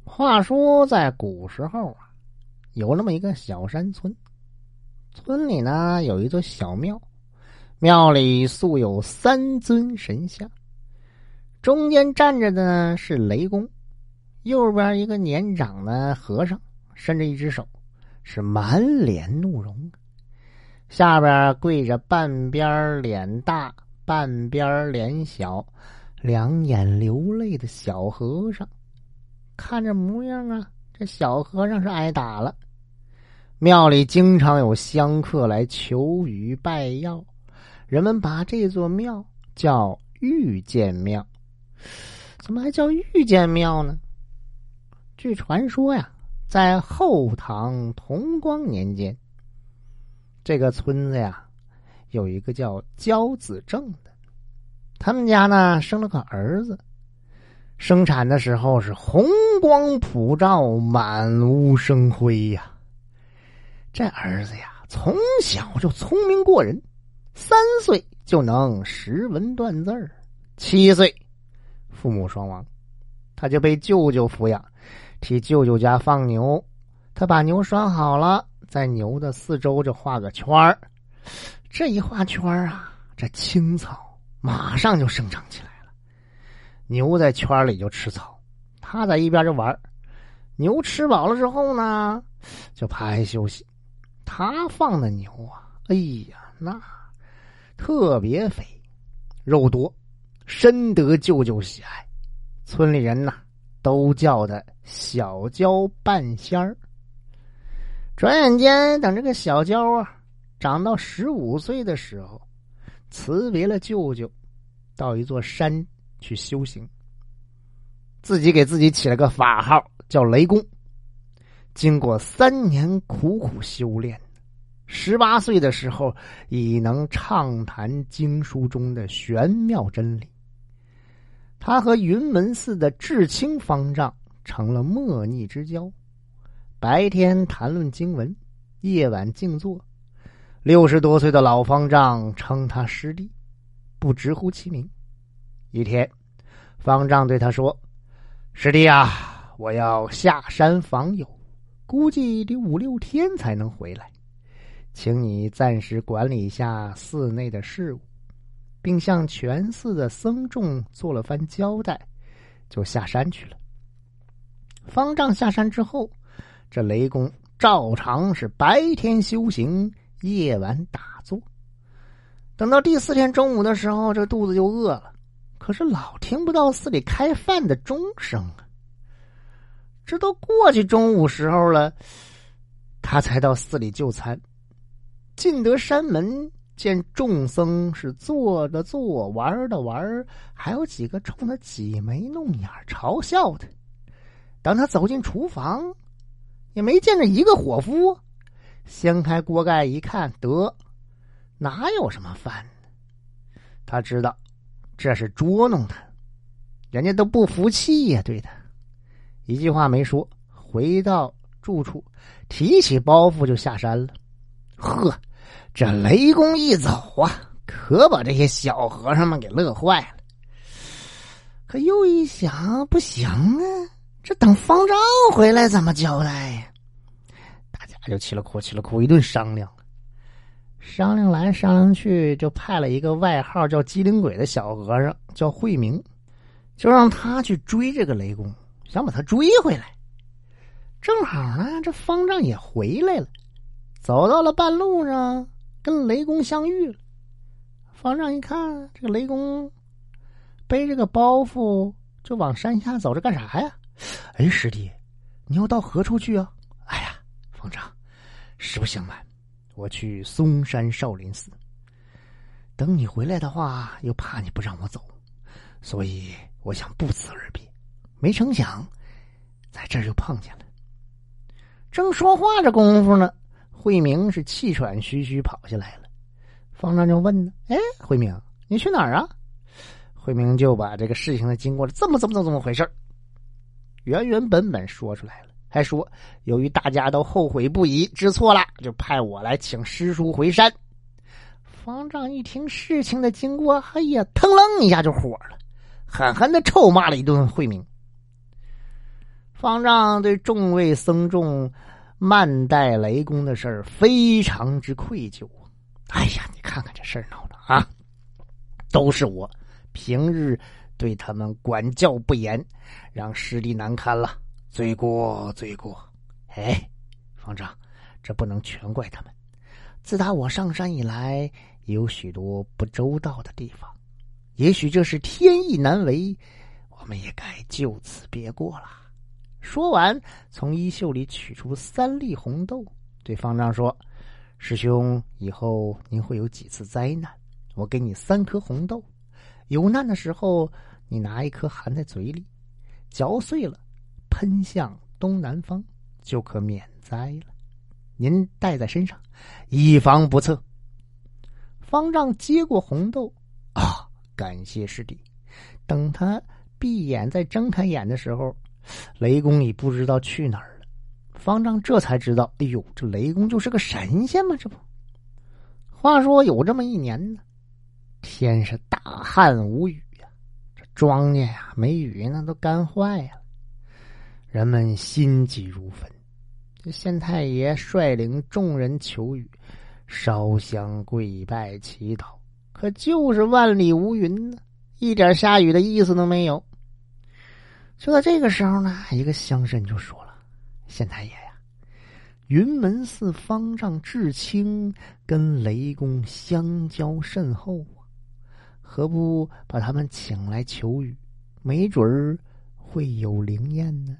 话说在古时候啊，有那么一个小山村，村里呢有一座小庙，庙里素有3尊神像，中间站着的呢是雷公，右边一个年长的和尚，伸着一只手，是满脸怒容，下边跪着半边脸大半边脸小两眼流泪的小和尚。看这模样啊，这小和尚是挨打了。庙里经常有香客来求雨拜药，人们把这座庙叫遇见庙。怎么还叫遇见庙呢？据传说呀，在后唐同光年间，这个村子呀有一个叫焦子正的，他们家呢生了个儿子，生产的时候是红光普照，满屋生辉呀。这儿子呀从小就聪明过人，3岁就能识文断字儿，7岁父母双亡，他就被舅舅抚养，替舅舅家放牛。他把牛拴好了，在牛的4周就画个圈儿，这一画圈啊，这青草马上就生长起来了。牛在圈里就吃草，他在一边就玩。牛吃饱了之后呢，就趴下休息。他放的牛啊，哎呀，那特别肥，肉多，深得舅舅喜爱。村里人呐，都叫他小焦半仙儿。转眼间，等这个小焦啊长到15岁的时候，辞别了舅舅，到一座山去修行，自己给自己起了个法号叫雷公。经过3年苦苦修炼，18岁的时候已能畅谈经书中的玄妙真理。他和云门寺的智清方丈成了莫逆之交，白天谈论经文，夜晚静坐。60多岁的老方丈称他师弟，不直呼其名。一天，方丈对他说：“师弟啊，我要下山访友，估计得5、6天才能回来，请你暂时管理一下寺内的事务，并向全寺的僧众做了番交代，就下山去了。”方丈下山之后，这雷公照常是白天修行，夜晚打坐。等到第4天中午的时候，这肚子就饿了，可是老听不到寺里开饭的钟声啊。直到过去中午时候了，他才到寺里就餐。进得山门，见众僧是坐的坐，玩的玩，还有几个冲他挤眉弄眼嘲笑他。当他走进厨房，也没见着一个伙夫，掀开锅盖一看，得哪有什么饭呢？他知道这是捉弄他，人家都不服气呀，对他一句话没说，回到住处，提起包袱就下山了。呵，这雷公一走啊，可把这些小和尚们给乐坏了。可又一想，不行啊，这等方丈回来怎么交代呀？大家就气了哭，一顿商量。商量来商量去，就派了一个外号叫机灵鬼的小和尚，叫慧明，就让他去追这个雷公，想把他追回来。正好呢，这方丈也回来了，走到了半路上，跟雷公相遇了。方丈一看，这个雷公背着个包袱就往山下走着，干啥呀？哎，师弟，你要到何处去啊？哎呀，方丈，实不相瞒，我去嵩山少林寺。等你回来的话，又怕你不让我走，所以我想不辞而别。没成想，在这儿就碰见了。正说话这功夫呢，慧明是气喘吁吁跑下来了。方丈就问呢：“哎，慧明，你去哪儿啊？”慧明就把这个事情的经过怎么回事原本说出来了，还说由于大家都后悔不已，知错了，就派我来请师叔回山。方丈一听事情的经过，哎呀，腾楞一下就火了，狠狠的臭骂了一顿慧明。 方丈对众位僧众慢待雷公的事儿非常之愧疚。哎呀，你看看这事儿闹的啊，都是我平日对他们管教不严，让师弟难堪了，罪过罪过。哎，方丈，这不能全怪他们。自打我上山以来，有许多不周到的地方，也许这是天意难违，我们也该就此别过了。说完，从衣袖里取出3粒红豆，对方丈说：师兄，以后您会有几次灾难，我给你3颗红豆，有难的时候你拿1颗含在嘴里，嚼碎了喷向东南方，就可免灾了。您带在身上，以防不测。方丈接过红豆，啊，感谢师弟。等他闭眼再睁开眼的时候，雷公已不知道去哪儿了。方丈这才知道，哎呦，这雷公就是个神仙嘛，这不。话说有这么一年呢，天是大旱无雨呀，这庄稼呀没雨那都干坏了，人们心急如焚。这县太爷率领众人求雨，烧香跪拜祈祷，可就是万里无云呢，一点下雨的意思都没有。就在这个时候呢，一个乡绅就说了：县太爷呀，云门寺方丈智清跟雷公相交甚厚啊，何不把他们请来求雨，没准儿会有灵验呢？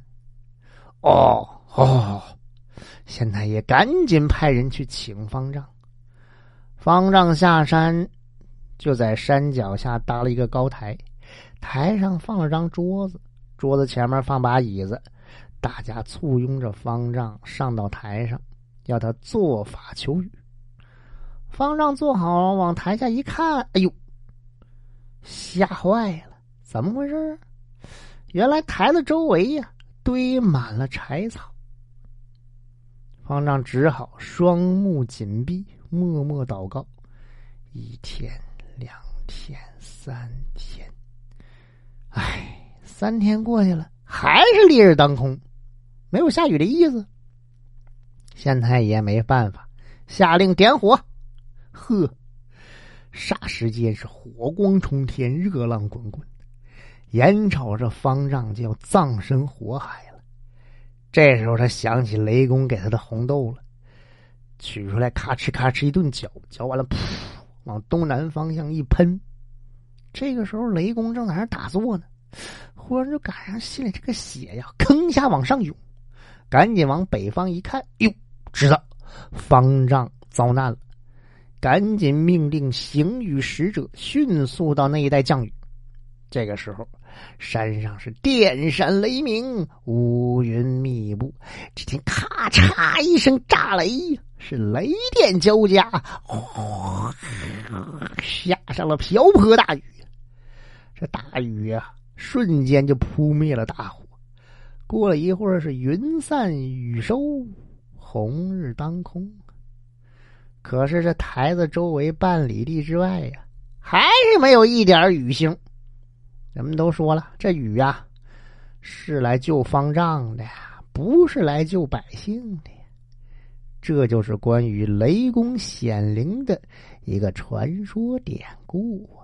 哦，县太爷赶紧派人去请方丈。方丈下山，就在山脚下搭了一个高台，台上放了张桌子，桌子前面放把椅子，大家簇拥着方丈上到台上，要他做法求雨。方丈坐好往台下一看，哎呦，吓坏了，怎么回事？原来台子周围呀堆满了柴草。方丈只好双目紧闭，默默祷告。1天2天3天，哎，3天过去了，还是烈日当空，没有下雨的意思。县太爷没办法，下令点火。呵，霎时间是火光冲天，热浪滚滚，眼瞅着方丈就要葬身火海了。这时候他想起雷公给他的红豆了，取出来咔哧咔哧一顿搅，搅完了噗，往东南方向一喷。这个时候雷公正在那打坐呢，忽然就赶上心里这个血呀吭一下往上涌，赶紧往北方一看，哟，知道方丈遭难了，赶紧命令行雨使者迅速到那一带降雨。这个时候山上是电闪雷鸣，乌云密布，只听咔嚓一声炸雷，是雷电交加，下上了瓢泼大雨。这大雨啊瞬间就扑灭了大火，过了一会儿是云散雨收，红日当空。可是这台子周围半里地之外呀，还是没有一点雨星。人们都说了，这雨啊是来救方丈的呀，不是来救百姓的呀。这就是关于雷公显灵的一个传说典故啊。